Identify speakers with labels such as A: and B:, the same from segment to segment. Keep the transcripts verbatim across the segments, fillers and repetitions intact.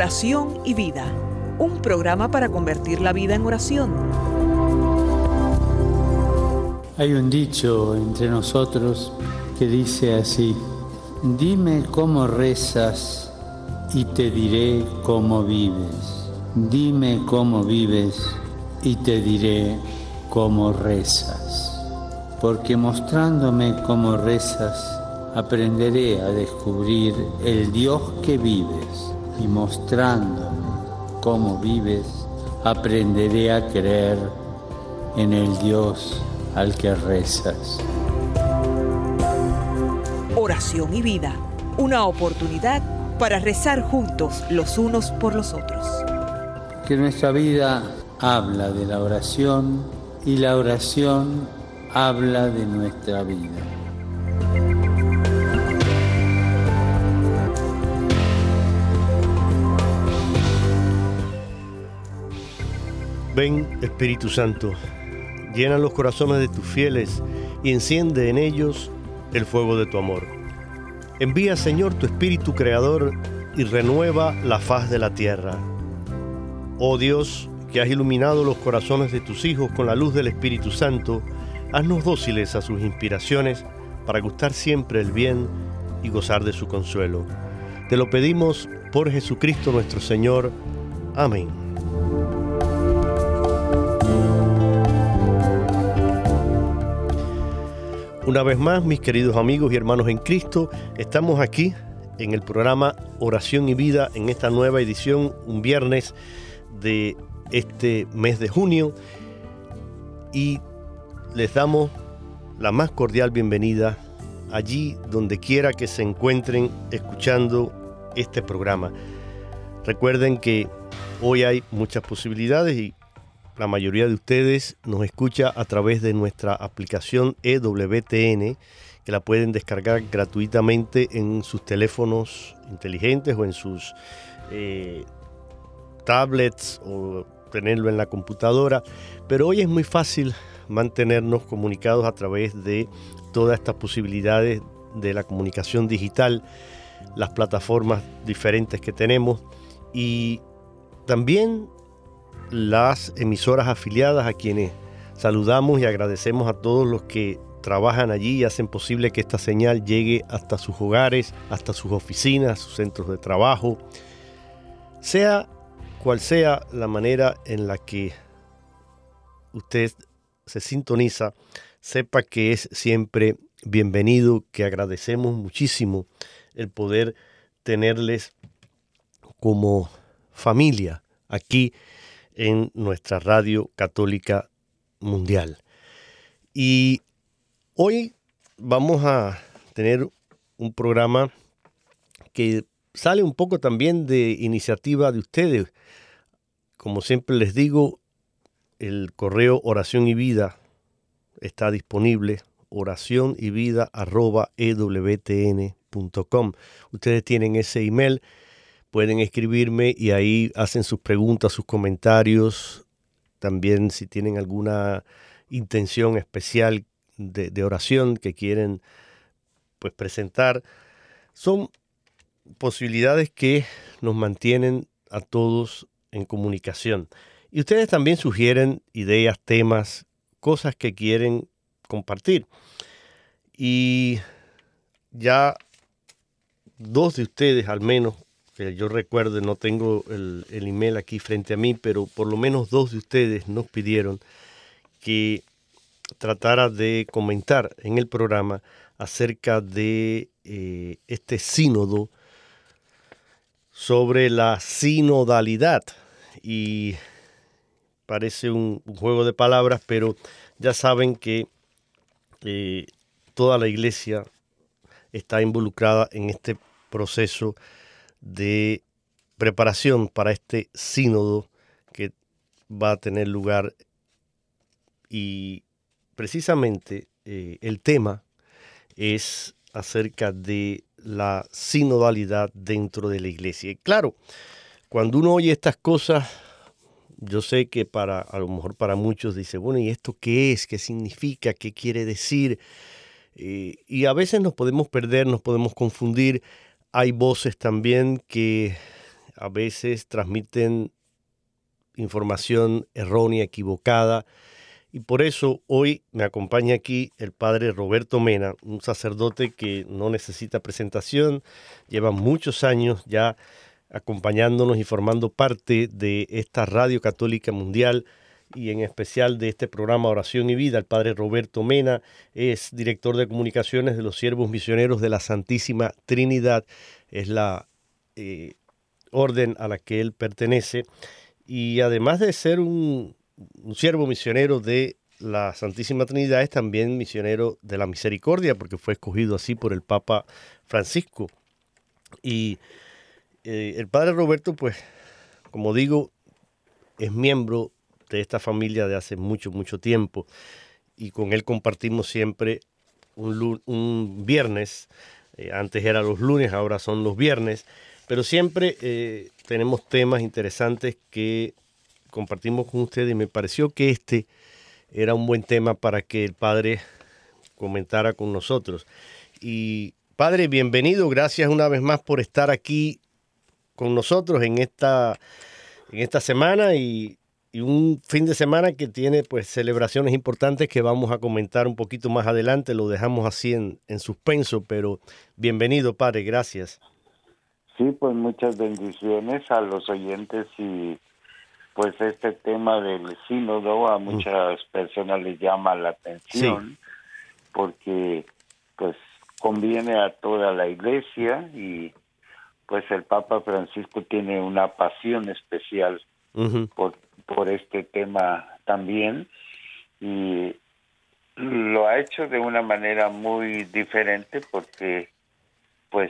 A: Oración y Vida, un programa para convertir la vida en oración.
B: Hay un dicho entre nosotros que dice así: dime cómo rezas y te diré cómo vives. Dime cómo vives y te diré cómo rezas. Porque mostrándome cómo rezas, aprenderé a descubrir el Dios que vives. Y mostrándome cómo vives, aprenderé a creer en el Dios al que rezas.
A: Oración y Vida, una oportunidad para rezar juntos los unos por los otros.
B: Que nuestra vida habla de la oración y la oración habla de nuestra vida.
C: Ven, Espíritu Santo, llena los corazones de tus fieles y enciende en ellos el fuego de tu amor. Envía, Señor, tu Espíritu Creador y renueva la faz de la tierra. Oh Dios, que has iluminado los corazones de tus hijos con la luz del Espíritu Santo, haznos dóciles a sus inspiraciones para gustar siempre el bien y gozar de su consuelo. Te lo pedimos por Jesucristo nuestro Señor. Amén. Una vez más, mis queridos amigos y hermanos en Cristo, estamos aquí en el programa Oración y Vida en esta nueva edición, un viernes de este mes de junio, y les damos la más cordial bienvenida allí donde quiera que se encuentren escuchando este programa. Recuerden que hoy hay muchas posibilidades y la mayoría de ustedes nos escucha a través de nuestra aplicación E W T N, que la pueden descargar gratuitamente en sus teléfonos inteligentes o en sus eh, tablets o tenerlo en la computadora. Pero hoy es muy fácil mantenernos comunicados a través de todas estas posibilidades de la comunicación digital, las plataformas diferentes que tenemos y también las emisoras afiliadas, a quienes saludamos y agradecemos a todos los que trabajan allí y hacen posible que esta señal llegue hasta sus hogares, hasta sus oficinas, sus centros de trabajo. Sea cual sea la manera en la que usted se sintoniza, sepa que es siempre bienvenido, que agradecemos muchísimo el poder tenerles como familia aquí en nuestra radio católica mundial. Y hoy vamos a tener un programa que sale un poco también de iniciativa de ustedes. Como siempre les digo, el correo Oración y Vida está disponible, oración y vida arroba e w t n punto com. Ustedes tienen ese email, pueden escribirme y ahí hacen sus preguntas, sus comentarios. También si tienen alguna intención especial de, de oración que quieren pues presentar, son posibilidades que nos mantienen a todos en comunicación. Y ustedes también sugieren ideas, temas, cosas que quieren compartir. Y ya dos de ustedes, al menos, que yo recuerdo, no tengo el, el email aquí frente a mí, pero por lo menos dos de ustedes nos pidieron que tratara de comentar en el programa acerca de eh, este sínodo sobre la sinodalidad. Y parece un, un juego de palabras, pero ya saben que eh, toda la iglesia está involucrada en este proceso de preparación para este sínodo que va a tener lugar, y precisamente eh, el tema es acerca de la sinodalidad dentro de la iglesia. Y claro, cuando uno oye estas cosas, yo sé que para a lo mejor para muchos dice, bueno, ¿y esto qué es? ¿Qué significa? ¿Qué quiere decir? Eh, y a veces nos podemos perder, nos podemos confundir. Hay voces también que a veces transmiten información errónea, equivocada. Y por eso hoy me acompaña aquí el padre Roberto Mena, un sacerdote que no necesita presentación, lleva muchos años ya acompañándonos y formando parte de esta Radio Católica Mundial y en especial de este programa Oración y Vida. El padre Roberto Mena es director de comunicaciones de los Siervos Misioneros de la Santísima Trinidad, es la eh, orden a la que él pertenece. Y además de ser un, un siervo misionero de la Santísima Trinidad, es también misionero de la Misericordia, porque fue escogido así por el Papa Francisco. Y eh, el padre Roberto, pues, como digo, es miembro de esta familia de hace mucho, mucho tiempo. Y con él compartimos siempre un, un viernes. Eh, antes eran los lunes, ahora son los viernes. Pero siempre eh, tenemos temas interesantes que compartimos con ustedes y me pareció que este era un buen tema para que el padre comentara con nosotros. Y padre, bienvenido, gracias una vez más por estar aquí con nosotros en esta, en esta semana y, y un fin de semana que tiene pues celebraciones importantes que vamos a comentar un poquito más adelante, lo dejamos así en, en suspenso, pero bienvenido padre, gracias.
D: Sí, pues muchas bendiciones a los oyentes y pues este tema del sínodo a muchas personas les llama la atención, sí, porque pues conviene a toda la iglesia y pues el Papa Francisco tiene una pasión especial uh-huh. por, por este tema también y lo ha hecho de una manera muy diferente porque pues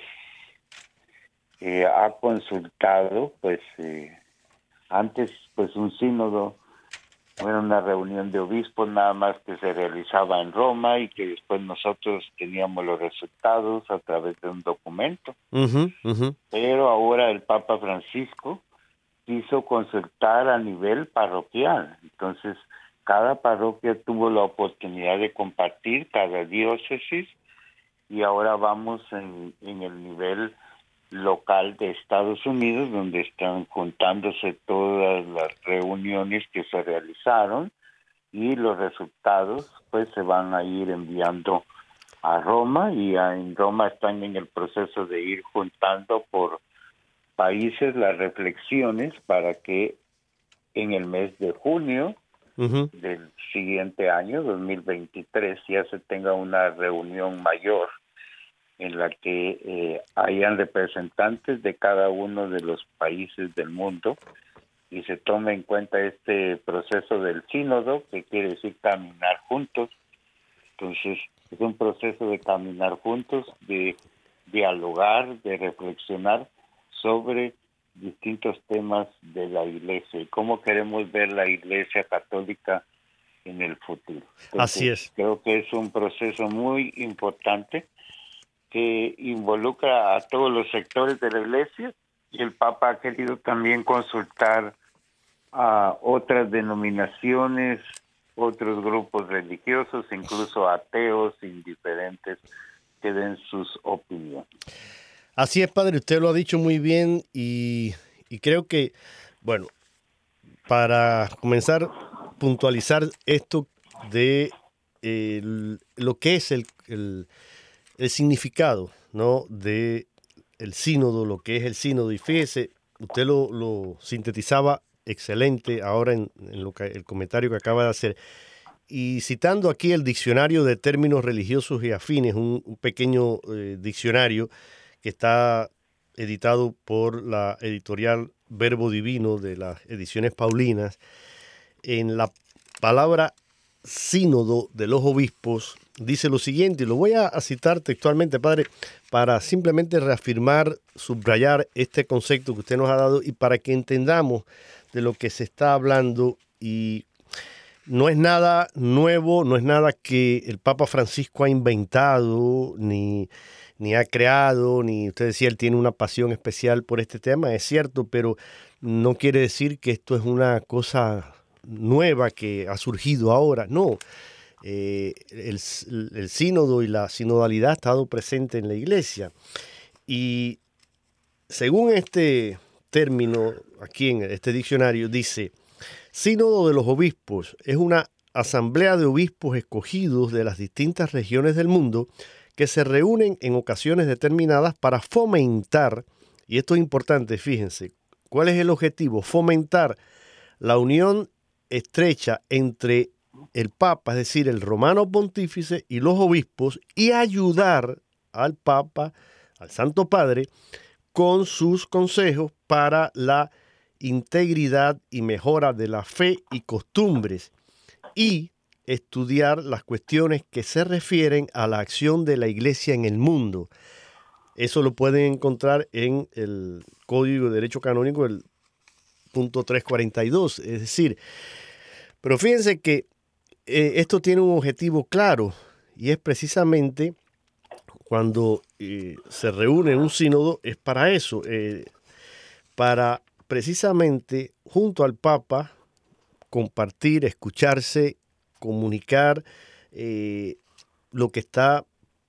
D: Eh, ha consultado, pues eh, antes pues un sínodo era una reunión de obispos nada más que se realizaba en Roma y que después nosotros teníamos los resultados a través de un documento. Uh-huh, uh-huh. Pero ahora el Papa Francisco quiso consultar a nivel parroquial. Entonces cada parroquia tuvo la oportunidad de compartir, cada diócesis, y ahora vamos en, en el nivel local de Estados Unidos, donde están contándose todas las reuniones que se realizaron y los resultados pues se van a ir enviando a Roma y a, en Roma están en el proceso de ir juntando por países las reflexiones para que en el mes de junio uh-huh. del siguiente año, dos mil veintitrés, ya se tenga una reunión mayor en la que eh, hayan representantes de cada uno de los países del mundo y se tome en cuenta este proceso del sínodo, que quiere decir caminar juntos. Entonces, es un proceso de caminar juntos, de dialogar, de reflexionar sobre distintos temas de la Iglesia y cómo queremos ver la Iglesia católica en el futuro. Entonces,
C: así es.
D: Creo que es un proceso muy importante que involucra a todos los sectores de la Iglesia y el Papa ha querido también consultar a otras denominaciones, otros grupos religiosos, incluso ateos, indiferentes, que den sus opiniones.
C: Así es, padre, usted lo ha dicho muy bien y, y creo que, bueno, para comenzar a puntualizar esto de eh, lo que es el... el el significado, ¿no?, de el sínodo, lo que es el sínodo. Y fíjese, usted lo, lo sintetizaba excelente ahora en, en lo que, el comentario que acaba de hacer. Y citando aquí el diccionario de términos religiosos y afines, un, un pequeño eh, diccionario que está editado por la editorial Verbo Divino de las Ediciones Paulinas, en la palabra sínodo de los obispos dice lo siguiente, y lo voy a, a citar textualmente, padre, para simplemente reafirmar, subrayar este concepto que usted nos ha dado y para que entendamos de lo que se está hablando. Y no es nada nuevo, no es nada que el Papa Francisco ha inventado, ni, ni ha creado, ni usted decía, él tiene una pasión especial por este tema, es cierto, pero no quiere decir que esto es una cosa nueva que ha surgido ahora, no. Eh, el, el sínodo y la sinodalidad ha estado presente en la iglesia y según este término aquí en este diccionario, dice: sínodo de los obispos es una asamblea de obispos escogidos de las distintas regiones del mundo que se reúnen en ocasiones determinadas para fomentar, y esto es importante, fíjense, ¿cuál es el objetivo? Fomentar la unión estrecha entre el Papa, es decir, el romano pontífice, y los obispos, y ayudar al Papa, al Santo Padre, con sus consejos para la integridad y mejora de la fe y costumbres, y estudiar las cuestiones que se refieren a la acción de la Iglesia en el mundo. Eso lo pueden encontrar en el Código de Derecho Canónico, el punto trescientos cuarenta y dos, es decir, pero fíjense que eh, esto tiene un objetivo claro, y es precisamente cuando eh, se reúne un sínodo, es para eso, eh, para precisamente junto al Papa compartir, escucharse, comunicar eh, lo que está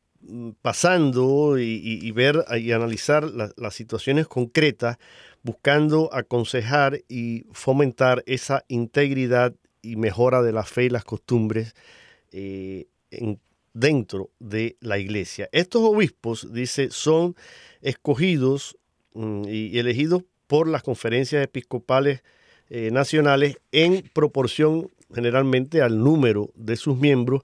C: pasando y, y, y ver y analizar la, las situaciones concretas, buscando aconsejar y fomentar esa integridad y mejora de la fe y las costumbres eh, en, dentro de la Iglesia. Estos obispos, dice, son escogidos mm, y elegidos por las conferencias episcopales eh, nacionales en proporción generalmente al número de sus miembros,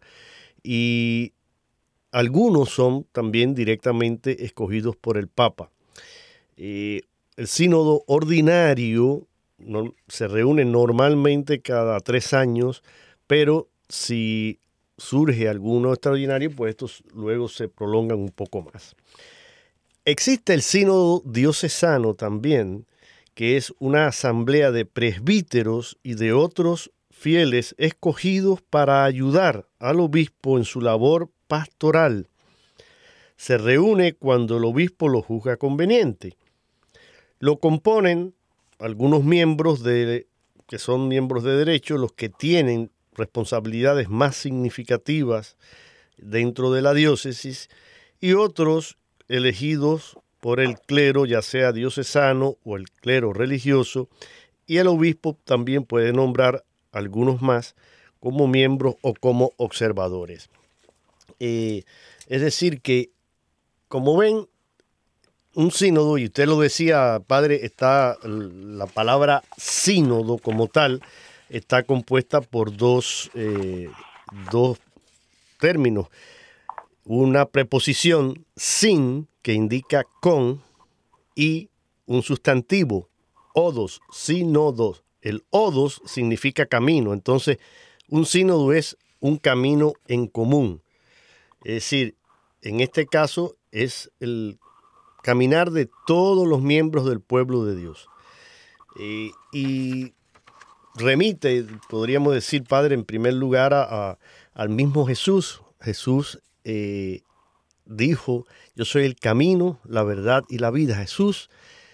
C: y algunos son también directamente escogidos por el Papa. Eh, el sínodo ordinario no, se reúne normalmente cada tres años, pero si surge alguno extraordinario, pues estos luego se prolongan un poco más. Existe el sínodo diocesano también, que es una asamblea de presbíteros y de otros fieles escogidos para ayudar al obispo en su labor pastoral. Se reúne cuando el obispo lo juzga conveniente. Lo componen algunos miembros de, que son miembros de derecho, los que tienen responsabilidades más significativas dentro de la diócesis, y otros elegidos por el clero, ya sea diocesano o el clero religioso, y el obispo también puede nombrar algunos más como miembros o como observadores. Eh, es decir que, como ven, un sínodo, y usted lo decía, padre, está la palabra sínodo como tal, está compuesta por dos, eh, dos términos. Una preposición sin, que indica con, y un sustantivo, odos, sínodos. El odos significa camino, entonces un sínodo es un camino en común. Es decir, en este caso es el caminar de todos los miembros del pueblo de Dios. Eh, y remite, podríamos decir, padre, en primer lugar a, a, al mismo Jesús. Jesús eh, dijo: yo soy el camino, la verdad y la vida. Jesús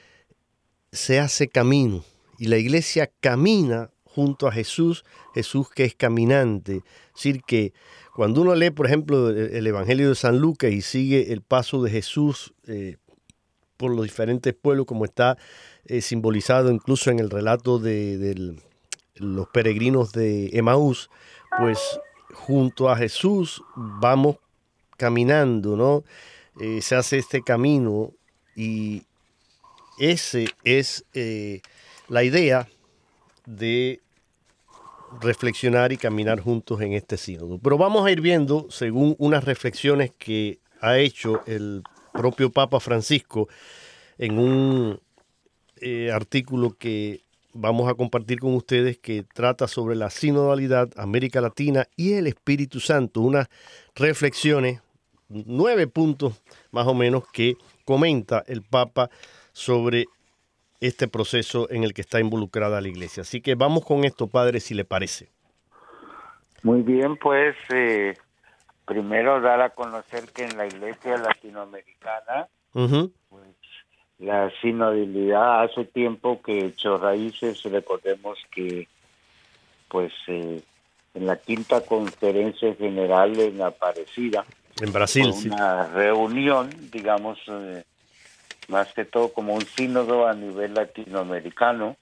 C: se hace camino y la iglesia camina junto a Jesús, Jesús que es caminante. Es decir, que cuando uno lee, por ejemplo, el Evangelio de San Lucas y sigue el paso de Jesús eh, por los diferentes pueblos, como está eh, simbolizado incluso en el relato de, de los peregrinos de Emaús, pues junto a Jesús vamos caminando, ¿no? Eh, se hace este camino, y ese es eh, la idea de reflexionar y caminar juntos en este sínodo. Pero vamos a ir viendo, según unas reflexiones que ha hecho el propio Papa Francisco en un eh, artículo que vamos a compartir con ustedes, que trata sobre la sinodalidad, América Latina y el Espíritu Santo. Unas reflexiones, nueve puntos más o menos, que comenta el Papa sobre este proceso en el que está involucrada la Iglesia. Así que vamos con esto, padre, si le parece.
D: Muy bien, pues eh, primero dar a conocer que en la Iglesia latinoamericana, uh-huh. pues, la sinodalidad hace tiempo que echó raíces. Recordemos que pues eh, en la quinta conferencia general en Aparecida,
C: en Brasil,
D: una sí. reunión, digamos, eh, más que todo como un sínodo a nivel latinoamericano,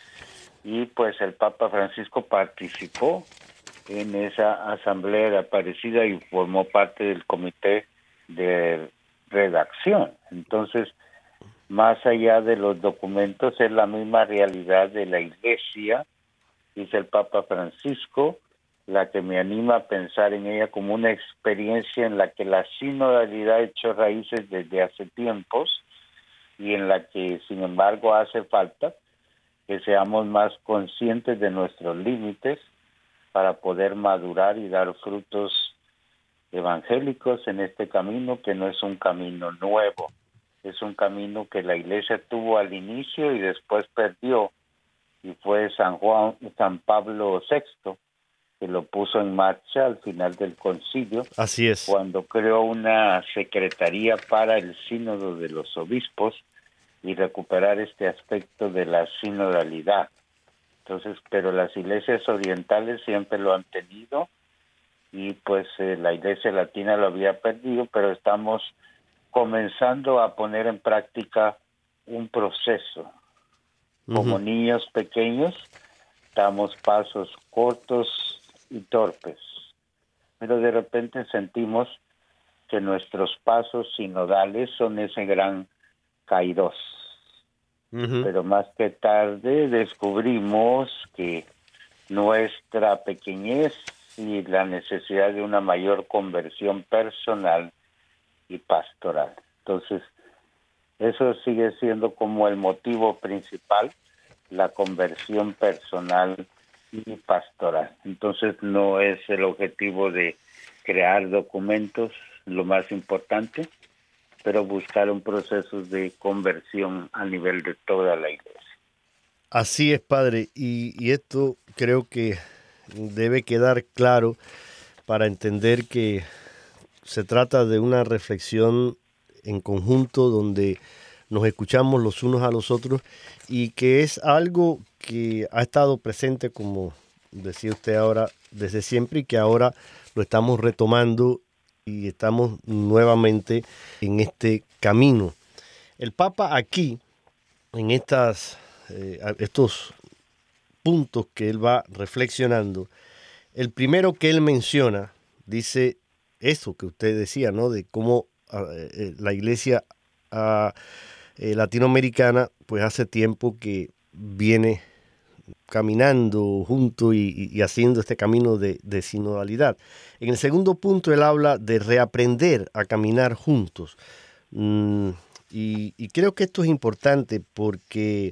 D: y pues el Papa Francisco participó en esa asamblea de Aparecida y formó parte del comité de redacción. Entonces, más allá de los documentos, es la misma realidad de la Iglesia, dice el Papa Francisco, la que me anima a pensar en ella como una experiencia en la que la sinodalidad ha hecho raíces desde hace tiempos y en la que, sin embargo, hace falta que seamos más conscientes de nuestros límites para poder madurar y dar frutos evangélicos en este camino, que no es un camino nuevo, es un camino que la Iglesia tuvo al inicio y después perdió, y fue San Juan, San Pablo sexto, que lo puso en marcha al final del concilio.
C: Así es.
D: Cuando creó una secretaría para el sínodo de los obispos y recuperar este aspecto de la sinodalidad. Entonces, pero las iglesias orientales siempre lo han tenido y pues eh, la iglesia latina lo había perdido, pero estamos comenzando a poner en práctica un proceso. Como uh-huh. niños pequeños, damos pasos cortos y torpes, pero de repente sentimos que nuestros pasos sinodales son ese gran kairos. Uh-huh. Pero más que tarde descubrimos que nuestra pequeñez y la necesidad de una mayor conversión personal y pastoral. Entonces, eso sigue siendo como el motivo principal, la conversión personal y pastoral. Entonces, no es el objetivo de crear documentos lo más importante, pero buscar un proceso de conversión a nivel de toda la iglesia.
C: Así es, padre, y, y esto creo que debe quedar claro para entender que se trata de una reflexión en conjunto donde nos escuchamos los unos a los otros y que es algo que ha estado presente, como decía usted ahora, desde siempre, y que ahora lo estamos retomando y estamos nuevamente en este camino. El Papa aquí, en estas, eh, estos puntos que él va reflexionando, el primero que él menciona, dice eso que usted decía, ¿no? De cómo eh, la iglesia uh, eh, latinoamericana, pues hace tiempo que viene caminando junto y, y haciendo este camino de, de sinodalidad. En el segundo punto él habla de reaprender a caminar juntos. Mm, y, y creo que esto es importante porque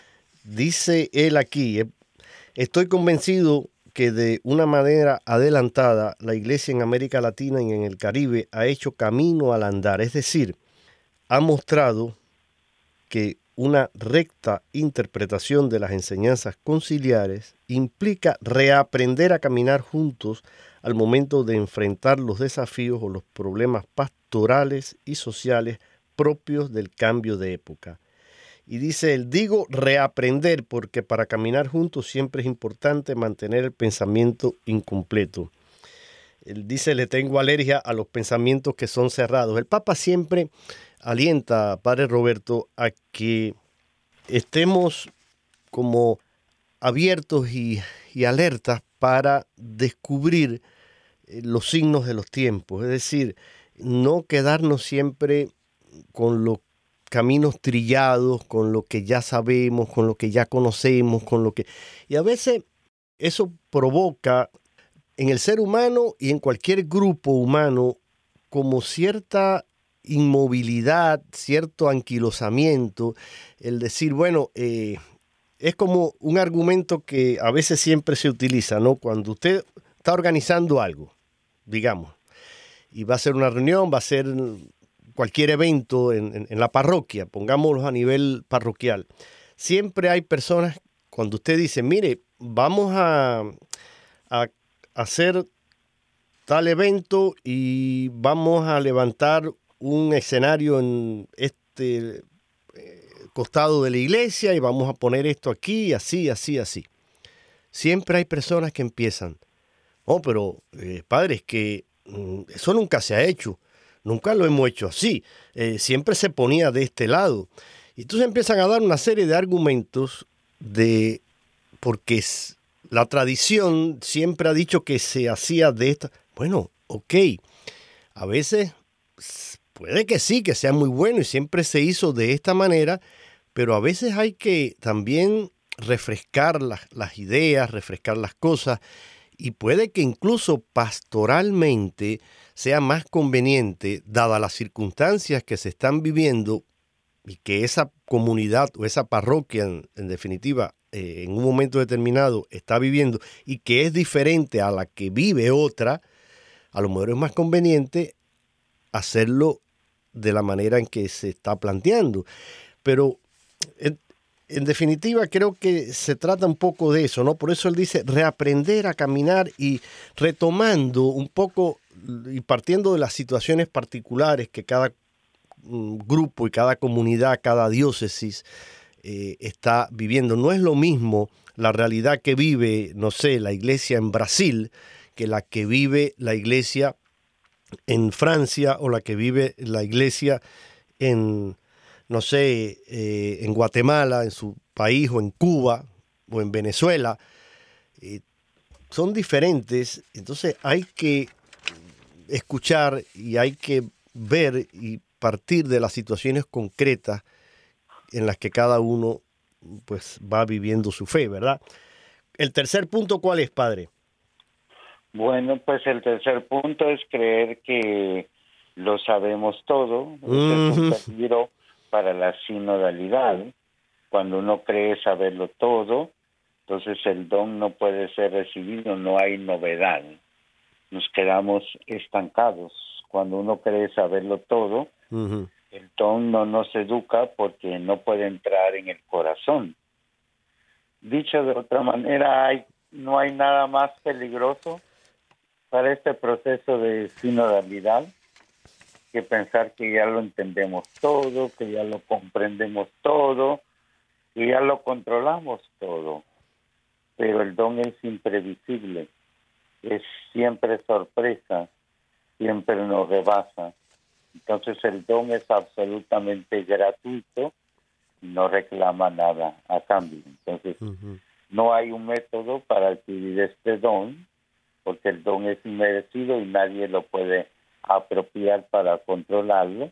C: dice él aquí, estoy convencido que de una manera adelantada la iglesia en América Latina y en el Caribe ha hecho camino al andar, es decir, ha mostrado que una recta interpretación de las enseñanzas conciliares implica reaprender a caminar juntos al momento de enfrentar los desafíos o los problemas pastorales y sociales propios del cambio de época. Y dice él, digo reaprender porque para caminar juntos siempre es importante mantener el pensamiento incompleto. Él dice, le tengo alergia a los pensamientos que son cerrados. El Papa siempre alienta, Padre Roberto, a que estemos como abiertos y, y alertas para descubrir los signos de los tiempos. Es decir, no quedarnos siempre con los caminos trillados, con lo que ya sabemos, con lo que ya conocemos, con lo que... Y a veces eso provoca en el ser humano y en cualquier grupo humano como cierta inmovilidad, cierto anquilosamiento, el decir, bueno, eh, es como un argumento que a veces siempre se utiliza, ¿no? Cuando usted está organizando algo, digamos, y va a ser una reunión, va a ser cualquier evento en, en, en la parroquia, pongámoslo a nivel parroquial, siempre hay personas, cuando usted dice, mire, vamos a, a hacer tal evento y vamos a levantar un escenario en este costado de la iglesia y vamos a poner esto aquí, así, así, así. Siempre hay personas que empiezan, oh, pero eh, padre, es que mm, eso nunca se ha hecho. nunca lo hemos hecho así, eh, siempre se ponía de este lado. Y entonces empiezan a dar una serie de argumentos de porque es, la tradición siempre ha dicho que se hacía de esta. Bueno, ok, a veces puede que sí, que sea muy bueno y siempre se hizo de esta manera, pero a veces hay que también refrescar las, las ideas, refrescar las cosas, y puede que incluso pastoralmente sea más conveniente, dadas las circunstancias que se están viviendo y que esa comunidad o esa parroquia, en, en definitiva, eh, en un momento determinado está viviendo y que es diferente a la que vive otra, a lo mejor es más conveniente hacerlo de la manera en que se está planteando. Pero en, en definitiva creo que se trata un poco de eso, ¿no? Por eso él dice reaprender a caminar y retomando un poco y partiendo de las situaciones particulares que cada um, grupo y cada comunidad, cada diócesis eh, está viviendo. No es lo mismo la realidad que vive, no sé, la iglesia en Brasil que la que vive la iglesia en Francia o la que vive la iglesia en, no sé, eh, en Guatemala, en su país, o en Cuba, o en Venezuela. Eh, son diferentes, entonces hay que escuchar y hay que ver y partir de las situaciones concretas en las que cada uno pues va viviendo su fe, ¿verdad? El tercer punto, ¿cuál es, padre?
D: Bueno, pues el tercer punto es creer que lo sabemos todo.
C: Mm-hmm.
D: Ese es un peligro para la sinodalidad. Cuando uno cree saberlo todo, entonces el don no puede ser recibido, no hay novedad. Nos quedamos estancados. Cuando uno cree saberlo todo,
C: Mm-hmm.
D: el don no nos educa porque no puede entrar en el corazón. Dicho de otra manera, hay, no hay nada más peligroso para este proceso de sinodalidad que pensar que ya lo entendemos todo, que ya lo comprendemos todo, que ya lo controlamos todo. Pero el don es imprevisible, es siempre sorpresa, siempre nos rebasa. Entonces el don es absolutamente gratuito y no reclama nada a cambio. Entonces uh-huh. no hay un método para adquirir este don, porque el don es inmerecido y nadie lo puede apropiar para controlarlo.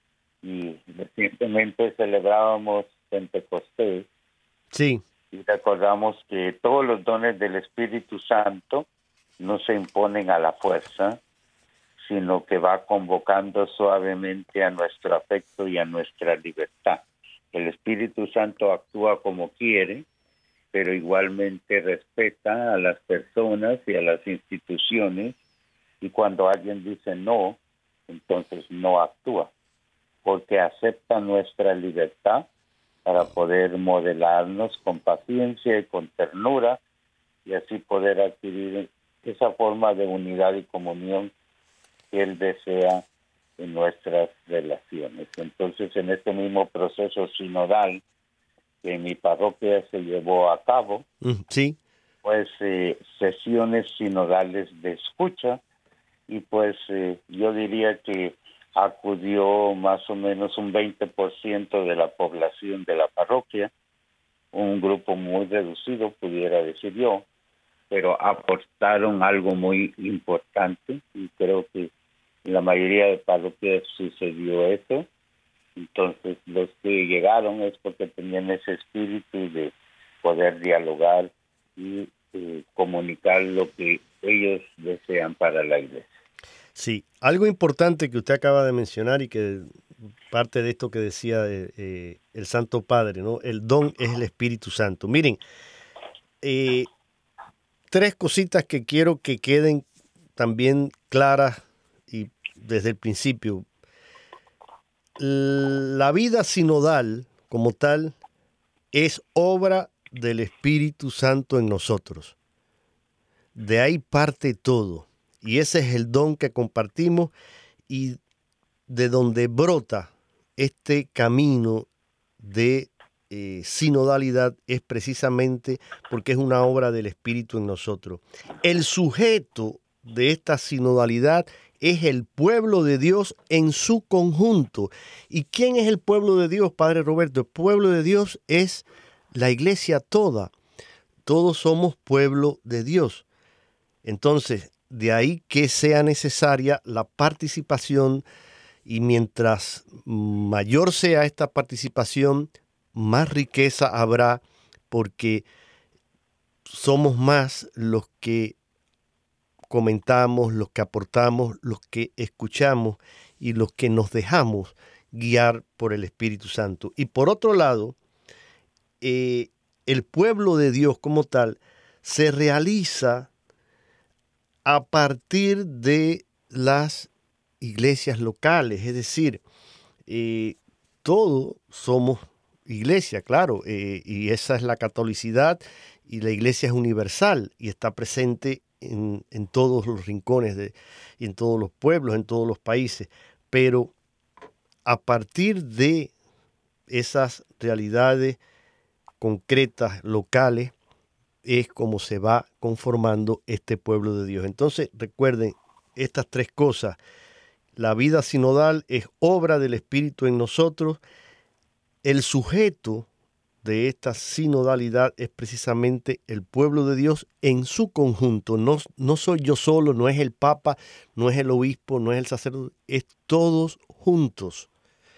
D: Y recientemente celebrábamos Pentecostés.
C: Sí.
D: Y recordamos que todos los dones del Espíritu Santo no se imponen a la fuerza, sino que va convocando suavemente a nuestro afecto y a nuestra libertad. El Espíritu Santo actúa como quiere, pero igualmente respeta a las personas y a las instituciones, y cuando alguien dice no, entonces no actúa, porque acepta nuestra libertad para poder modelarnos con paciencia y con ternura, y así poder adquirir esa forma de unidad y comunión que Él desea en nuestras relaciones. Entonces, en este mismo proceso sinodal que en mi parroquia se llevó a cabo,
C: sí.
D: pues eh, sesiones sinodales de escucha, y pues eh, yo diría que acudió más o menos un veinte por ciento de la población de la parroquia, un grupo muy reducido, pudiera decir yo, pero aportaron algo muy importante, y creo que en la mayoría de parroquias sucedió eso. Entonces, los que llegaron es porque tenían ese espíritu de poder dialogar y eh, comunicar lo que ellos desean para la iglesia.
C: Sí, algo importante que usted acaba de mencionar y que parte de esto que decía eh, el Santo Padre, ¿no? El don es el Espíritu Santo. Miren, eh, tres cositas que quiero que queden también claras y desde el principio. La vida sinodal como tal es obra del Espíritu Santo en nosotros. De ahí parte todo. Y ese es el don que compartimos y de donde brota este camino de eh, sinodalidad es precisamente porque es una obra del Espíritu en nosotros. El sujeto de esta sinodalidad es el pueblo de Dios en su conjunto. ¿Y quién es el pueblo de Dios, Padre Roberto? El pueblo de Dios es la iglesia toda. Todos somos pueblo de Dios. Entonces, de ahí que sea necesaria la participación, y mientras mayor sea esta participación, más riqueza habrá, porque somos más los que comentamos, los que aportamos, los que escuchamos y los que nos dejamos guiar por el Espíritu Santo. Y por otro lado, eh, el pueblo de Dios como tal se realiza a partir de las iglesias locales, es decir, eh, todos somos iglesia, claro, eh, y esa es la catolicidad, y la iglesia es universal y está presente en, en todos los rincones, de, en todos los pueblos, en todos los países, pero a partir de esas realidades concretas, locales, es como se va conformando este pueblo de Dios. Entonces, recuerden estas tres cosas. La vida sinodal es obra del Espíritu en nosotros. El sujeto de esta sinodalidad es precisamente el pueblo de Dios en su conjunto. No, no soy yo solo, no es el Papa, no es el obispo, no es el sacerdote, es todos juntos.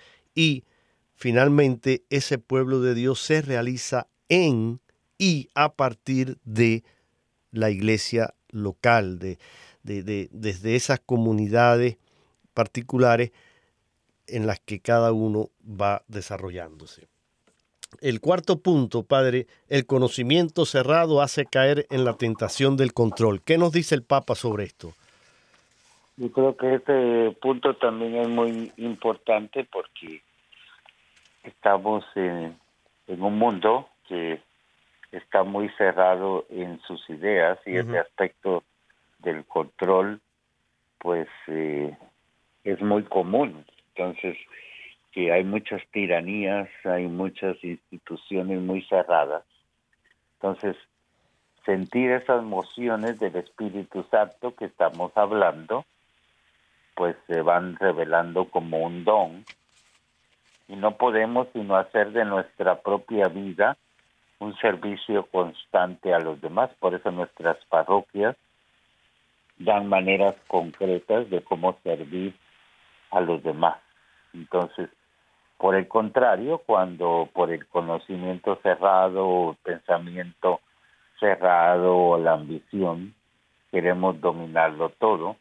C: Y finalmente ese pueblo de Dios se realiza en y a partir de la iglesia local, de, de, de, desde esas comunidades particulares en las que cada uno va desarrollándose. El cuarto punto, Padre, el conocimiento cerrado hace caer en la tentación del control. ¿Qué nos dice el Papa sobre esto?
D: Yo creo que este punto también es muy importante porque estamos en, en un mundo que está muy cerrado en sus ideas y uh-huh. ese aspecto del control pues eh, es muy común. Entonces, que hay muchas tiranías, hay muchas instituciones muy cerradas. Entonces, sentir esas emociones del Espíritu Santo que estamos hablando, pues se van revelando como un don. Y no podemos sino hacer de nuestra propia vida un servicio constante a los demás. Por eso nuestras parroquias dan maneras concretas de cómo servir a los demás. Entonces, por el contrario, cuando por el conocimiento cerrado, o pensamiento cerrado o la ambición queremos dominarlo todo,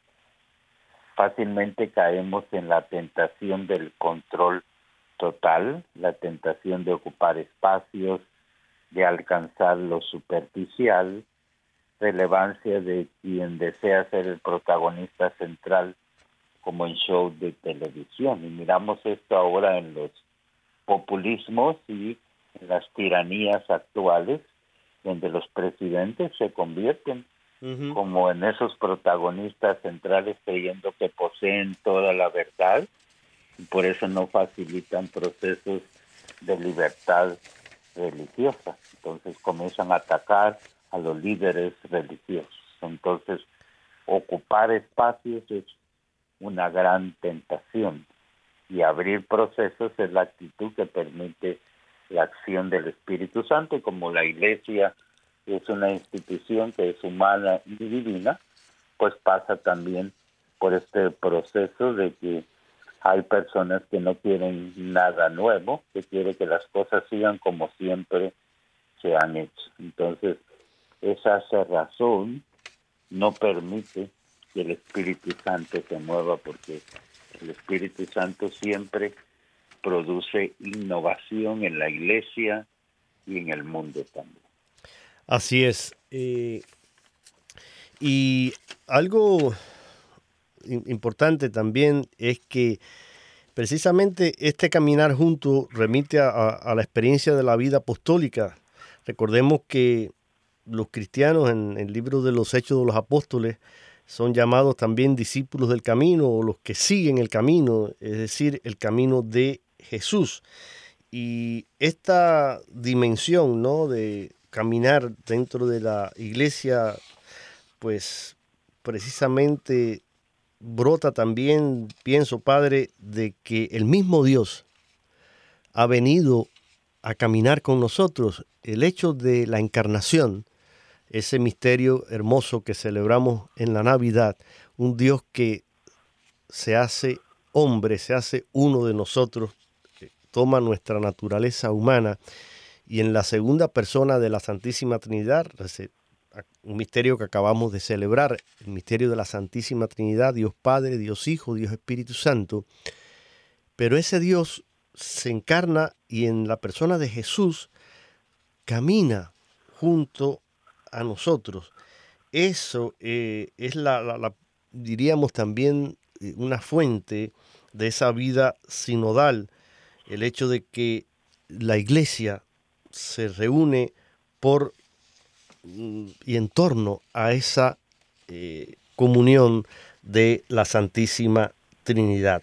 D: fácilmente caemos en la tentación del control total, la tentación de ocupar espacios, de alcanzar lo superficial, relevancia de quien desea ser el protagonista central como en show de televisión. Y miramos esto ahora en los populismos y en las tiranías actuales, donde los presidentes se convierten uh-huh. como en esos protagonistas centrales creyendo que poseen toda la verdad y por eso no facilitan procesos de libertad religiosa. Entonces comienzan a atacar a los líderes religiosos. Entonces, ocupar espacios es una gran tentación y abrir procesos es la actitud que permite la acción del Espíritu Santo. Y como la Iglesia es una institución que es humana y divina, pues pasa también por este proceso de que hay personas que no quieren nada nuevo, que quieren que las cosas sigan como siempre se han hecho. Entonces, esa cerrazón no permite que el Espíritu Santo se mueva, porque el Espíritu Santo siempre produce innovación en la Iglesia y en el mundo también.
C: Así es. Eh, y algo importante también es que precisamente este caminar junto remite a, a, a la experiencia de la vida apostólica. Recordemos que los cristianos en el libro de los Hechos de los Apóstoles son llamados también discípulos del camino, o los que siguen el camino, es decir, el camino de Jesús. Y esta dimensión, ¿no?, de caminar dentro de la iglesia, pues precisamente brota también, pienso, Padre, de que el mismo Dios ha venido a caminar con nosotros. El hecho de la encarnación, ese misterio hermoso que celebramos en la Navidad, un Dios que se hace hombre, se hace uno de nosotros, toma nuestra naturaleza humana, y en la segunda persona de la Santísima Trinidad, un misterio que acabamos de celebrar, el misterio de la Santísima Trinidad, Dios Padre, Dios Hijo, Dios Espíritu Santo, pero ese Dios se encarna y en la persona de Jesús camina junto a nosotros. Eso eh, es la, la, la, diríamos también, una fuente de esa vida sinodal, el hecho de que la Iglesia se reúne por y en torno a esa eh, comunión de la Santísima Trinidad.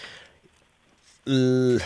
C: El,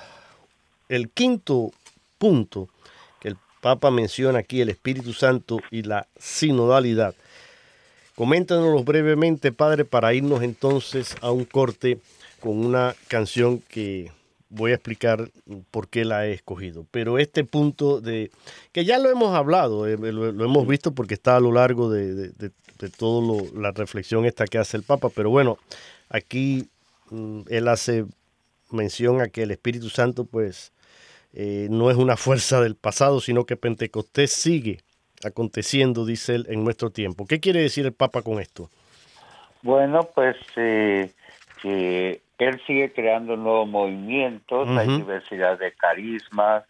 C: el quinto punto que el Papa menciona aquí, el Espíritu Santo y la sinodalidad. Coméntanos brevemente, Padre, para irnos entonces a un corte con una canción que voy a explicar por qué la he escogido. Pero este punto de que ya lo hemos hablado, eh, lo, lo hemos visto porque está a lo largo de, de, de, de toda la reflexión esta que hace el Papa. Pero bueno, aquí mm, él hace mención a que el Espíritu Santo pues eh, no es una fuerza del pasado, sino que Pentecostés sigue aconteciendo, dice él, en nuestro tiempo. ¿Qué quiere decir el Papa con esto?
D: Bueno, pues eh, que él sigue creando nuevos movimientos, uh-huh. Hay diversidad de carismas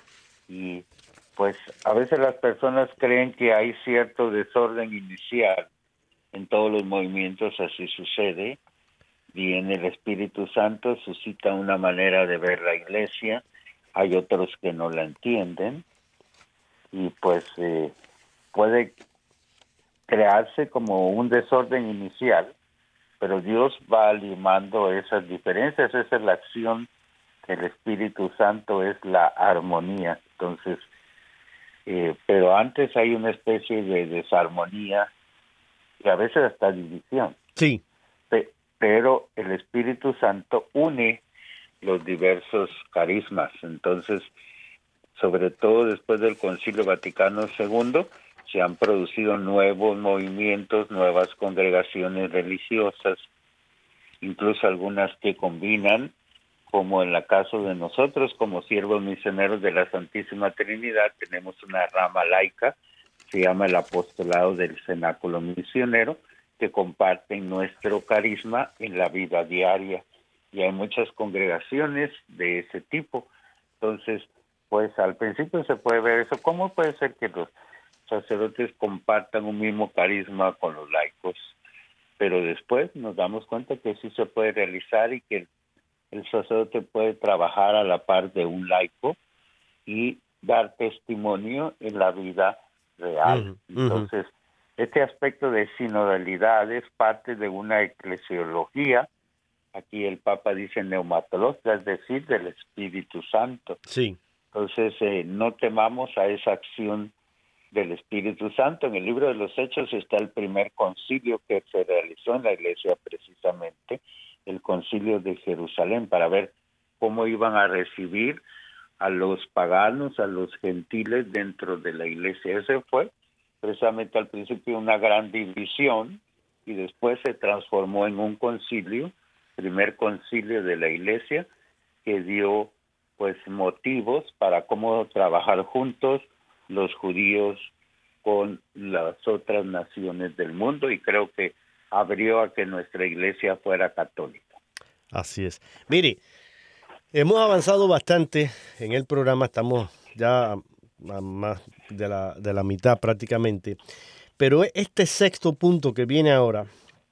D: y pues a veces las personas creen que hay cierto desorden inicial en todos los movimientos, así sucede, y en el Espíritu Santo suscita una manera de ver la Iglesia, hay otros que no la entienden y pues eh, puede crearse como un desorden inicial, pero Dios va limando esas diferencias. Esa es la acción del Espíritu Santo, es la armonía. Entonces, eh, pero antes hay una especie de desarmonía y a veces hasta división.
C: Sí.
D: Pe- pero el Espíritu Santo une los diversos carismas. Entonces, sobre todo después del Concilio Vaticano segundo, se han producido nuevos movimientos, nuevas congregaciones religiosas, incluso algunas que combinan, como en el caso de nosotros, como siervos misioneros de la Santísima Trinidad, tenemos una rama laica, se llama el Apostolado del Cenáculo Misionero, que comparten nuestro carisma en la vida diaria. Y hay muchas congregaciones de ese tipo. Entonces, pues al principio se puede ver eso. ¿Cómo puede ser que los sacerdotes compartan un mismo carisma con los laicos? Pero después nos damos cuenta que sí se puede realizar y que el, el sacerdote puede trabajar a la par de un laico y dar testimonio en la vida real. Uh-huh. Entonces, este aspecto de sinodalidad es parte de una eclesiología. Aquí el Papa dice neumatología, es decir, del Espíritu Santo.
C: Sí.
D: Entonces, eh, no temamos a esa acción del Espíritu Santo. En el libro de los Hechos está el primer concilio que se realizó en la Iglesia, precisamente, el concilio de Jerusalén, para ver cómo iban a recibir a los paganos, a los gentiles dentro de la Iglesia. Ese fue precisamente al principio una gran división y después se transformó en un concilio, primer concilio de la Iglesia, que dio pues motivos para cómo trabajar juntos los judíos con las otras naciones del mundo, y creo que abrió a que nuestra Iglesia fuera católica.
C: Así es. Mire, hemos avanzado bastante en el programa, estamos ya a más de la, de la mitad prácticamente, pero este sexto punto que viene ahora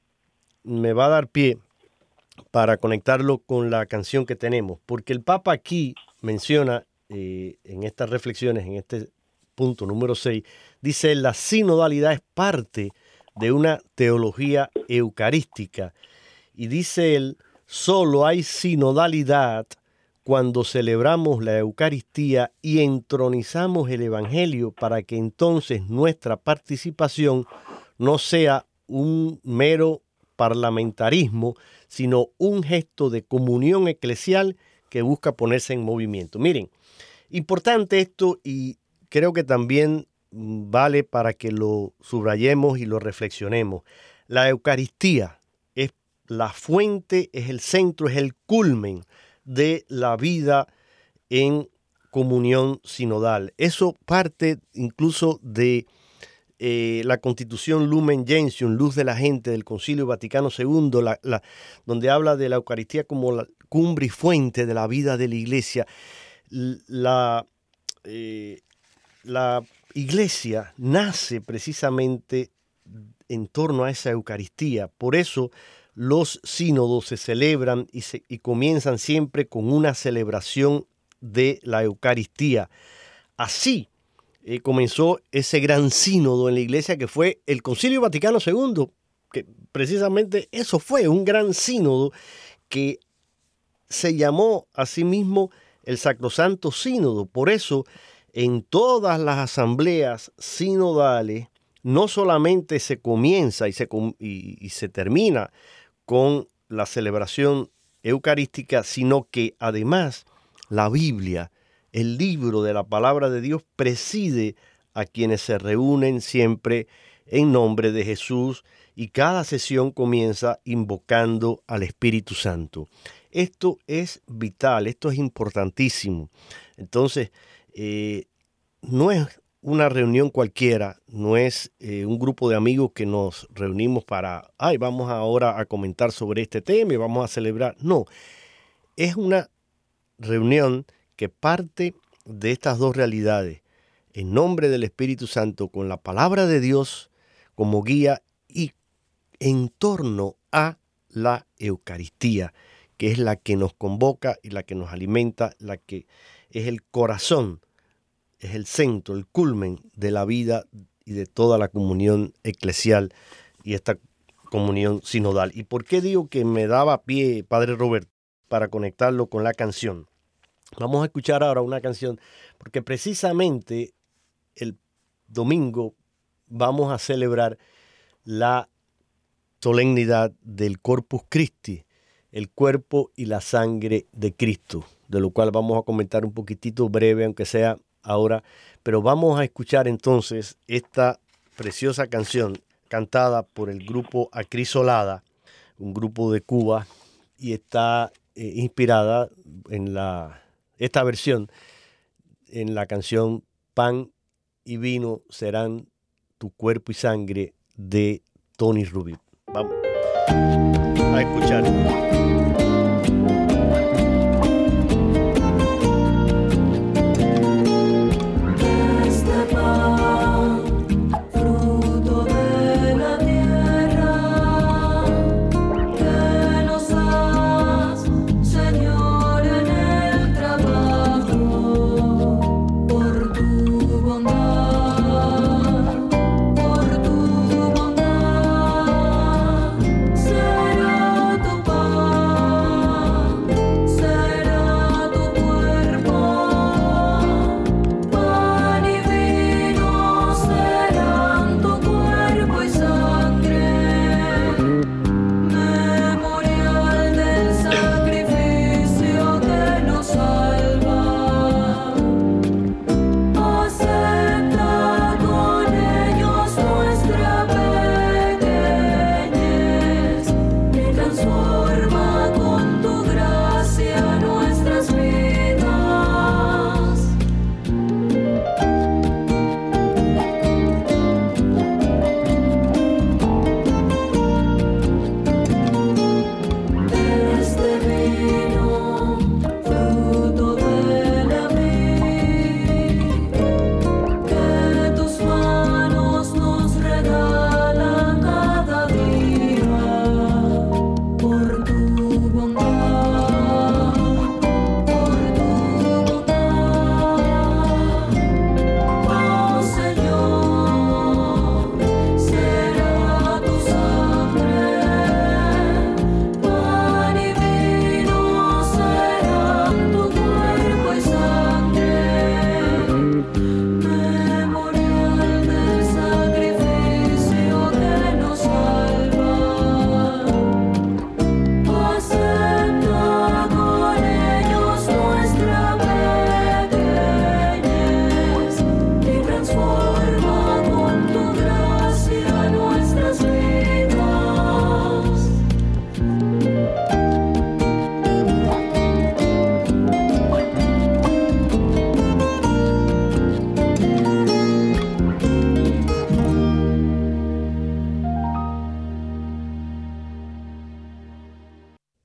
C: me va a dar pie para conectarlo con la canción que tenemos, porque el Papa aquí menciona eh, en estas reflexiones, en este punto número seis, dice: la sinodalidad es parte de una teología eucarística. Y dice él: solo hay sinodalidad cuando celebramos la Eucaristía y entronizamos el Evangelio, para que entonces nuestra participación no sea un mero parlamentarismo, sino un gesto de comunión eclesial que busca ponerse en movimiento. Miren, importante esto, y creo que también vale para que lo subrayemos y lo reflexionemos. La Eucaristía es la fuente, es el centro, es el culmen de la vida en comunión sinodal. Eso parte incluso de eh, la Constitución Lumen Gentium, Luz de la Gente, del Concilio Vaticano segundo, la, la, donde habla de la Eucaristía como la cumbre y fuente de la vida de la Iglesia. La, eh, la Iglesia nace precisamente en torno a esa Eucaristía. Por eso los sínodos se celebran y, se, y comienzan siempre con una celebración de la Eucaristía. Así eh, comenzó ese gran sínodo en la Iglesia que fue el Concilio Vaticano segundo, que precisamente eso fue, un gran sínodo que se llamó a sí mismo el Sacrosanto Sínodo. Por eso, en todas las asambleas sinodales, no solamente se comienza y se, y, y se termina con la celebración eucarística, sino que además la Biblia, el libro de la palabra de Dios, preside a quienes se reúnen siempre en nombre de Jesús, y cada sesión comienza invocando al Espíritu Santo. Esto es vital, esto es importantísimo. Entonces, eh, no es una reunión cualquiera, no es eh, un grupo de amigos que nos reunimos para, ay, vamos ahora a comentar sobre este tema y vamos a celebrar. No, es una reunión que parte de estas dos realidades, en nombre del Espíritu Santo, con la palabra de Dios como guía y en torno a la Eucaristía, que es la que nos convoca y la que nos alimenta, la que es el corazón, es el centro, el culmen de la vida y de toda la comunión eclesial y esta comunión sinodal. ¿Y por qué digo que me daba pie, Padre Roberto, para conectarlo con la canción? Vamos a escuchar ahora una canción, porque precisamente el domingo vamos a celebrar la solemnidad del Corpus Christi, el cuerpo y la sangre de Cristo, de lo cual vamos a comentar un poquitito breve, aunque sea ahora, pero vamos a escuchar entonces esta preciosa canción cantada por el grupo Acrisolada, un grupo de Cuba, y está eh, inspirada en la, esta versión en la canción Pan y vino serán tu cuerpo y sangre de Tony Rubin. Vamos a escuchar.
E: Say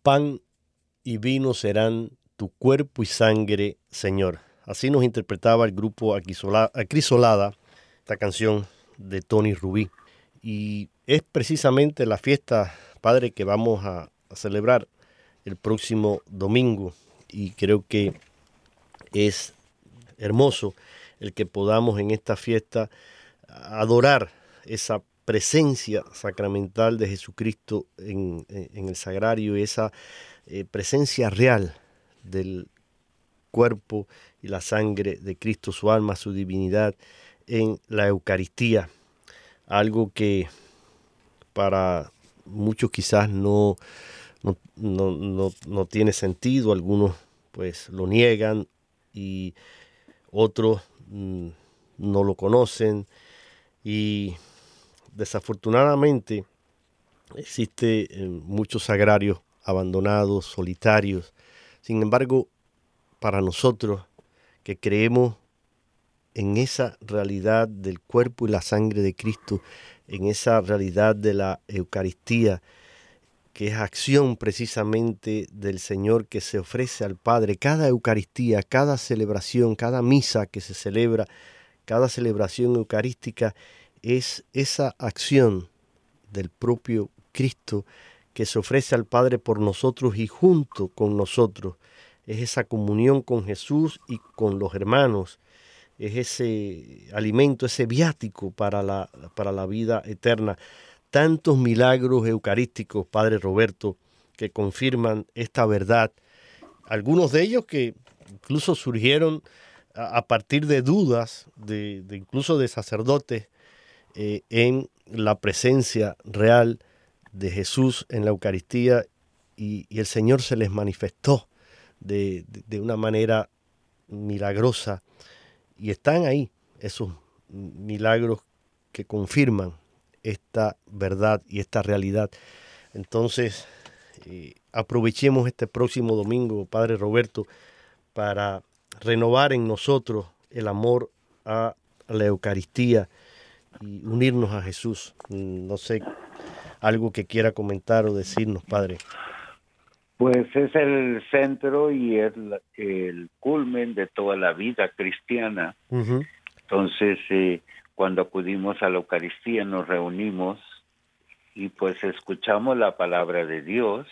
C: pan y vino serán tu cuerpo y sangre, Señor. Así nos interpretaba el grupo Acrisolada, esta canción de Tony Rubí. Y es precisamente la fiesta, Padre, que vamos a, a celebrar el próximo domingo. Y creo que es hermoso el que podamos en esta fiesta adorar esa presencia sacramental de Jesucristo en, en el sagrario, esa eh, presencia real del cuerpo y la sangre de Cristo, su alma, su divinidad en la Eucaristía. Algo que para muchos quizás no, no, no, no, no tiene sentido, algunos pues lo niegan y otros mm, no lo conocen, y desafortunadamente existe eh, muchos sagrarios abandonados, solitarios. Sin embargo, para nosotros que creemos en esa realidad del cuerpo y la sangre de Cristo, en esa realidad de la Eucaristía, que es acción precisamente del Señor que se ofrece al Padre, cada Eucaristía, cada celebración, cada misa que se celebra, cada celebración eucarística, es esa acción del propio Cristo que se ofrece al Padre por nosotros y junto con nosotros. Es esa comunión con Jesús y con los hermanos. Es ese alimento, ese viático para la, para la vida eterna. Tantos milagros eucarísticos, Padre Roberto, que confirman esta verdad. Algunos de ellos que incluso surgieron a, a partir de dudas, de, de incluso de sacerdotes, eh, en la presencia real de Jesús en la Eucaristía, y, y el Señor se les manifestó de, de, de una manera milagrosa. Y están ahí esos milagros que confirman esta verdad y esta realidad. Entonces, eh, aprovechemos este próximo domingo, Padre Roberto, para renovar en nosotros el amor a la Eucaristía y unirnos a Jesús. No sé, algo que quiera comentar o decirnos, Padre.
D: Pues es el centro y es el culmen de toda la vida cristiana. Uh-huh. Entonces, eh, cuando acudimos a la Eucaristía nos reunimos y pues escuchamos la palabra de Dios,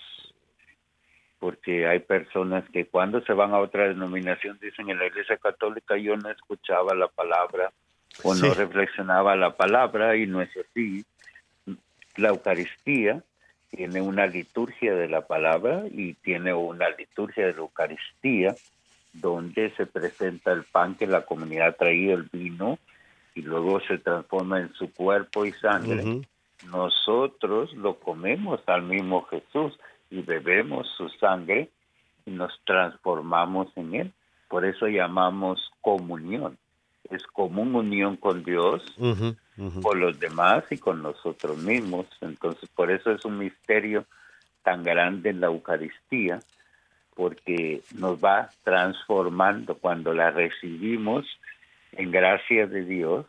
D: porque hay personas que cuando se van a otra denominación dicen: en la Iglesia Católica yo no escuchaba la palabra o sí. no reflexionaba la palabra, y no es así. La Eucaristía tiene una liturgia de la palabra y tiene una liturgia de la Eucaristía donde se presenta el pan que la comunidad ha traído, el vino, y luego se transforma en su cuerpo y sangre. Uh-huh. Nosotros lo comemos al mismo Jesús y bebemos su sangre y nos transformamos en él. Por eso llamamos comunión. Es común unión con Dios, uh-huh, uh-huh. con los demás y con nosotros mismos. Entonces, por eso es un misterio tan grande en la Eucaristía, porque nos va transformando. Cuando la recibimos en gracia de Dios,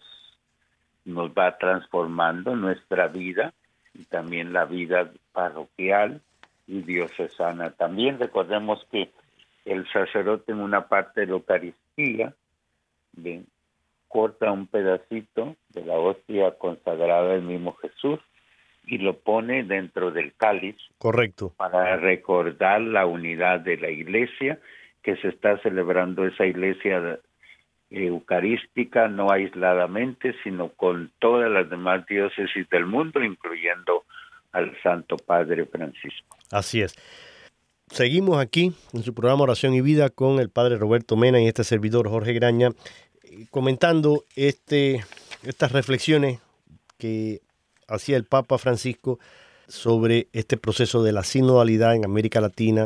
D: nos va transformando nuestra vida y también la vida parroquial y diocesana. También recordemos que el sacerdote en una parte de la Eucaristía bien, corta un pedacito de la hostia consagrada del mismo Jesús y lo pone dentro del cáliz.
C: Correcto.
D: Para recordar la unidad de la iglesia, que se está celebrando esa iglesia eucarística, no aisladamente, sino con todas las demás diócesis del mundo, incluyendo al Santo Padre Francisco.
C: Así es. Seguimos aquí en su programa Oración y Vida con el Padre Roberto Mena y este servidor Jorge Graña, comentando este, estas reflexiones que hacía el Papa Francisco sobre este proceso de la sinodalidad en América Latina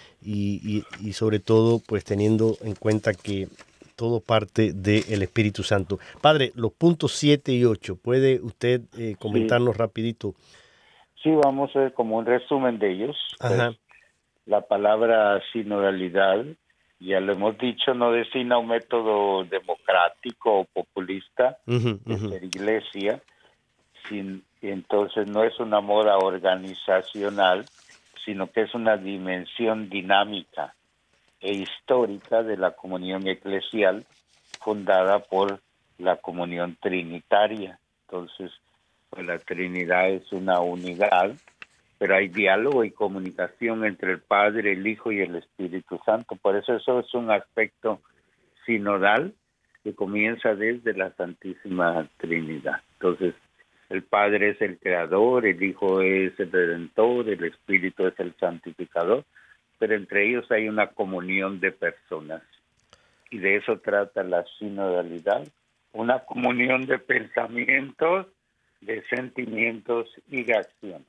C: y, y, y sobre todo pues teniendo en cuenta que todo parte del Espíritu Santo. Padre, los puntos siete y ocho, ¿puede usted eh, comentarnos sí. rapidito?
D: Sí, vamos a ver como un resumen de ellos. Ajá. Pues, la palabra sinodalidad, ya lo hemos dicho, no designa un método democrático o populista uh-huh, de uh-huh. ser iglesia, sin, entonces no es una moda organizacional, sino que es una dimensión dinámica e histórica de la comunión eclesial fundada por la comunión trinitaria. Entonces, pues la Trinidad es una unidad, pero hay diálogo y comunicación entre el Padre, el Hijo y el Espíritu Santo. Por eso eso es un aspecto sinodal que comienza desde la Santísima Trinidad. Entonces, el Padre es el Creador, el Hijo es el Redentor, el Espíritu es el Santificador, pero entre ellos hay una comunión de personas. Y de eso trata la sinodalidad, una comunión de pensamientos, de sentimientos y de acciones.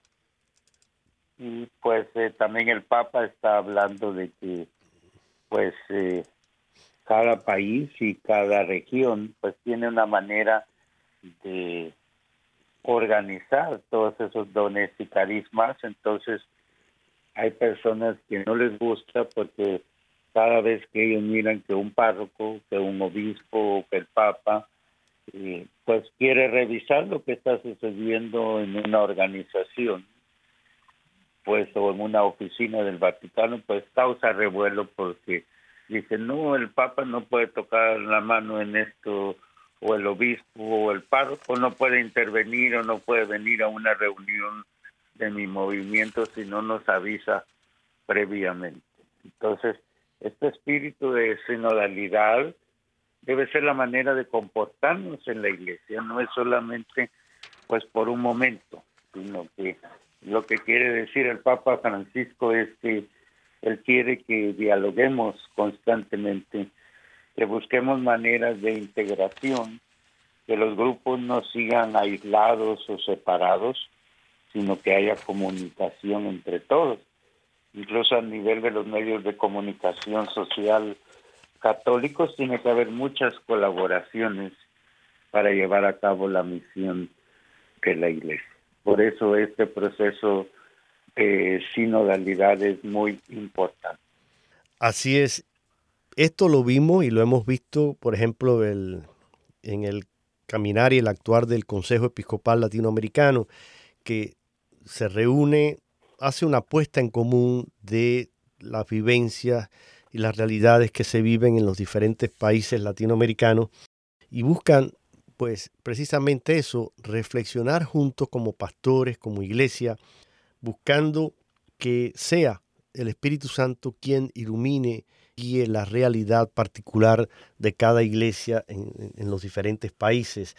D: Y pues eh, también el Papa está hablando de que pues eh, cada país y cada región pues tiene una manera de organizar todos esos dones y carismas. Entonces hay personas que no les gusta porque cada vez que ellos miran que un párroco, que un obispo, que el Papa eh, pues quiere revisar lo que está sucediendo en una organización, pues o en una oficina del Vaticano, pues causa revuelo porque dicen, no, el Papa no puede tocar la mano en esto, o el obispo o el párroco no puede intervenir o no puede venir a una reunión de mi movimiento si no nos avisa previamente. Entonces, este espíritu de sinodalidad debe ser la manera de comportarnos en la iglesia, no es solamente pues por un momento, sino que lo que quiere decir el Papa Francisco es que él quiere que dialoguemos constantemente, que busquemos maneras de integración, que los grupos no sigan aislados o separados, sino que haya comunicación entre todos. Incluso a nivel de los medios de comunicación social católicos tiene que haber muchas colaboraciones para llevar a cabo la misión de la Iglesia. Por eso este proceso de sinodalidad es muy importante.
C: Así es. Esto lo vimos y lo hemos visto, por ejemplo, el, en el caminar y el actuar del Consejo Episcopal Latinoamericano, que se reúne, hace una puesta en común de las vivencias y las realidades que se viven en los diferentes países latinoamericanos y buscan, pues, precisamente eso, reflexionar juntos como pastores, como iglesia, buscando que sea el Espíritu Santo quien ilumine, guíe la realidad particular de cada iglesia en, en los diferentes países.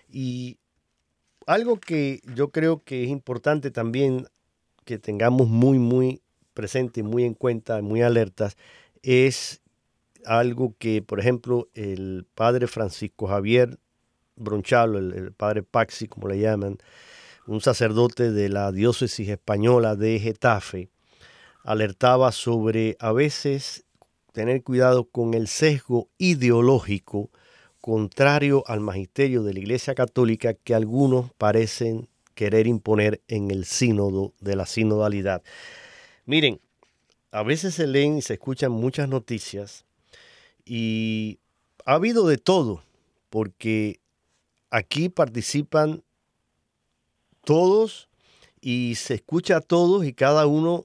C: Y algo que yo creo que es importante también que tengamos muy, muy presente, muy en cuenta, muy alertas, es algo que, por ejemplo, el padre Francisco Javier Bronchalo, el, el padre Paxi, como le llaman, un sacerdote de la diócesis española de Getafe, alertaba sobre a veces tener cuidado con el sesgo ideológico contrario al magisterio de la Iglesia Católica que algunos parecen querer imponer en el sínodo de la sinodalidad. Miren, a veces se leen y se escuchan muchas noticias y ha habido de todo, porque aquí participan todos y se escucha a todos y cada uno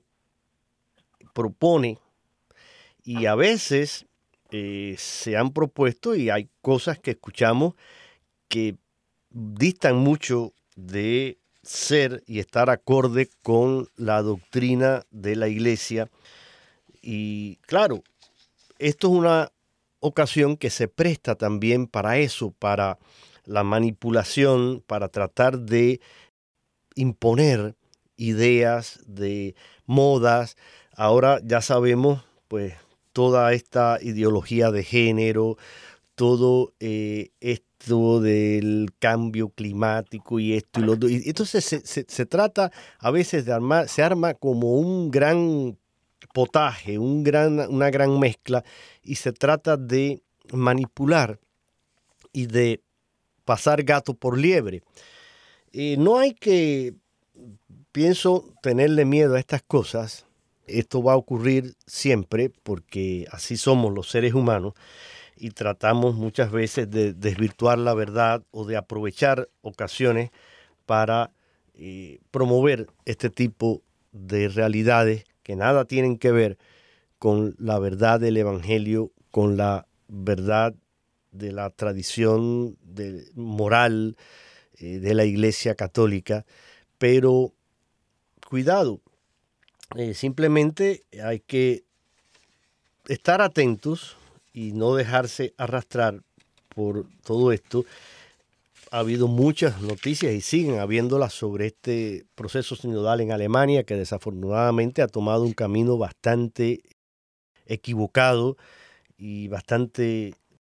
C: propone. Y a veces eh, se han propuesto y hay cosas que escuchamos que distan mucho de ser y estar acorde con la doctrina de la Iglesia. Y claro, esto es una ocasión que se presta también para eso, para la manipulación, para tratar de imponer ideas, de modas. Ahora ya sabemos, pues, toda esta ideología de género, todo eh, esto del cambio climático y esto y lo otro. Y entonces se, se, se trata a veces de armar, se arma como un gran potaje, un gran, una gran mezcla, y se trata de manipular y de pasar gato por liebre. Eh, no hay que, pienso, tenerle miedo a estas cosas. Esto va a ocurrir siempre porque así somos los seres humanos y tratamos muchas veces de desvirtuar la verdad o de aprovechar ocasiones para eh, promover este tipo de realidades que nada tienen que ver con la verdad del Evangelio, con la verdad de la tradición de, moral eh, de la Iglesia Católica. Pero cuidado, eh, simplemente hay que estar atentos y no dejarse arrastrar por todo esto. Ha habido muchas noticias y siguen habiéndolas sobre este proceso sinodal en Alemania, que desafortunadamente ha tomado un camino bastante equivocado y bastante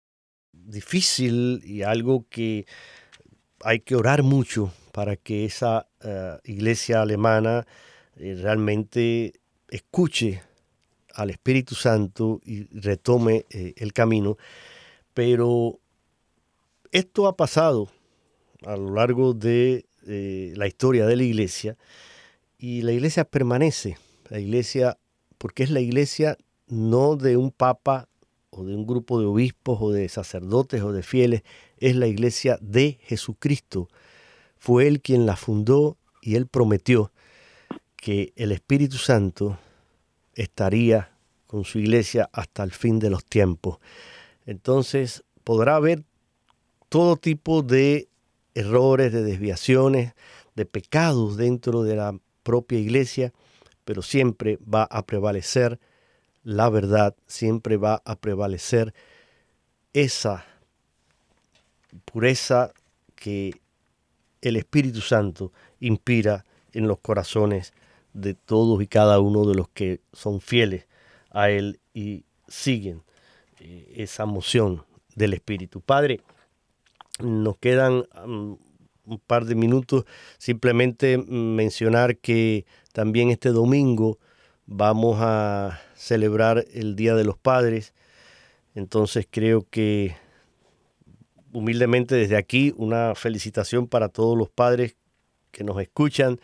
C: difícil, y algo que hay que orar mucho para que esa uh, iglesia alemana eh, realmente escuche al Espíritu Santo y retome eh, el camino. Pero esto ha pasado a lo largo de eh, la historia de la iglesia, y la iglesia permanece, la iglesia, porque es la iglesia no de un papa o de un grupo de obispos o de sacerdotes o de fieles, es la iglesia de Jesucristo. Fue Él quien la fundó y Él prometió que el Espíritu Santo estaría con su iglesia hasta el fin de los tiempos. Entonces podrá haber todo tipo de errores, de desviaciones, de pecados dentro de la propia iglesia, pero siempre va a prevalecer la verdad, siempre va a prevalecer esa pureza que el Espíritu Santo inspira en los corazones de todos y cada uno de los que son fieles a Él y siguen eh, esa moción del Espíritu. Padre, nos quedan um, un par de minutos. Simplemente mencionar que también este domingo vamos a celebrar el Día de los Padres. Entonces creo que humildemente desde aquí una felicitación para todos los padres que nos escuchan,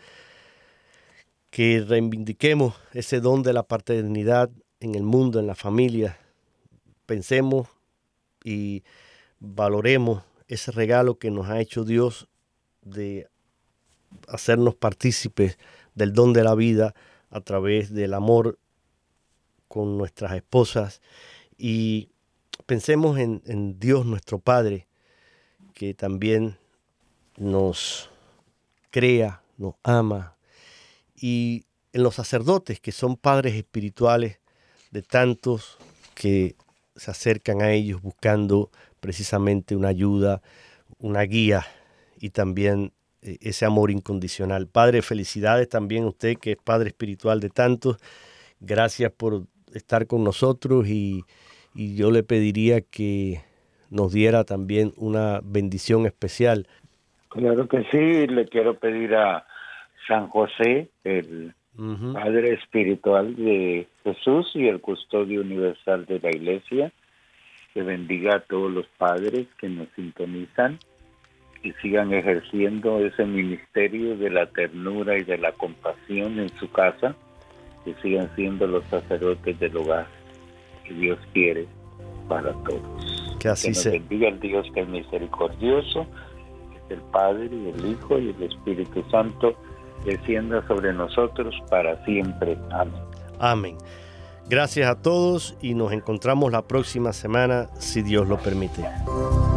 C: que reivindiquemos ese don de la paternidad en el mundo, en la familia. Pensemos y valoremos ese regalo que nos ha hecho Dios de hacernos partícipes del don de la vida a través del amor con nuestras esposas, y pensemos en, en Dios nuestro Padre, que también nos crea, nos ama, y en los sacerdotes, que son padres espirituales de tantos que se acercan a ellos buscando precisamente una ayuda, una guía y también eh, ese amor incondicional. Padre, felicidades también a usted, que es padre espiritual de tantos. Gracias por estar con nosotros, y, y yo le pediría que nos diera también una bendición especial.
D: Claro que sí, le quiero pedir a San José, el uh-huh. Padre espiritual de Jesús y el custodio universal de la Iglesia, que bendiga a todos los padres que nos sintonizan y sigan ejerciendo ese ministerio de la ternura y de la compasión en su casa, que sigan siendo los sacerdotes del hogar que Dios quiere para todos.
C: Que así
D: que nos
C: sea.
D: Bendiga el Dios que es misericordioso, que es el Padre y el Hijo y el Espíritu Santo, descienda sobre nosotros para siempre. Amén.
C: Amén. Gracias a todos y nos encontramos la próxima semana, si Dios lo permite.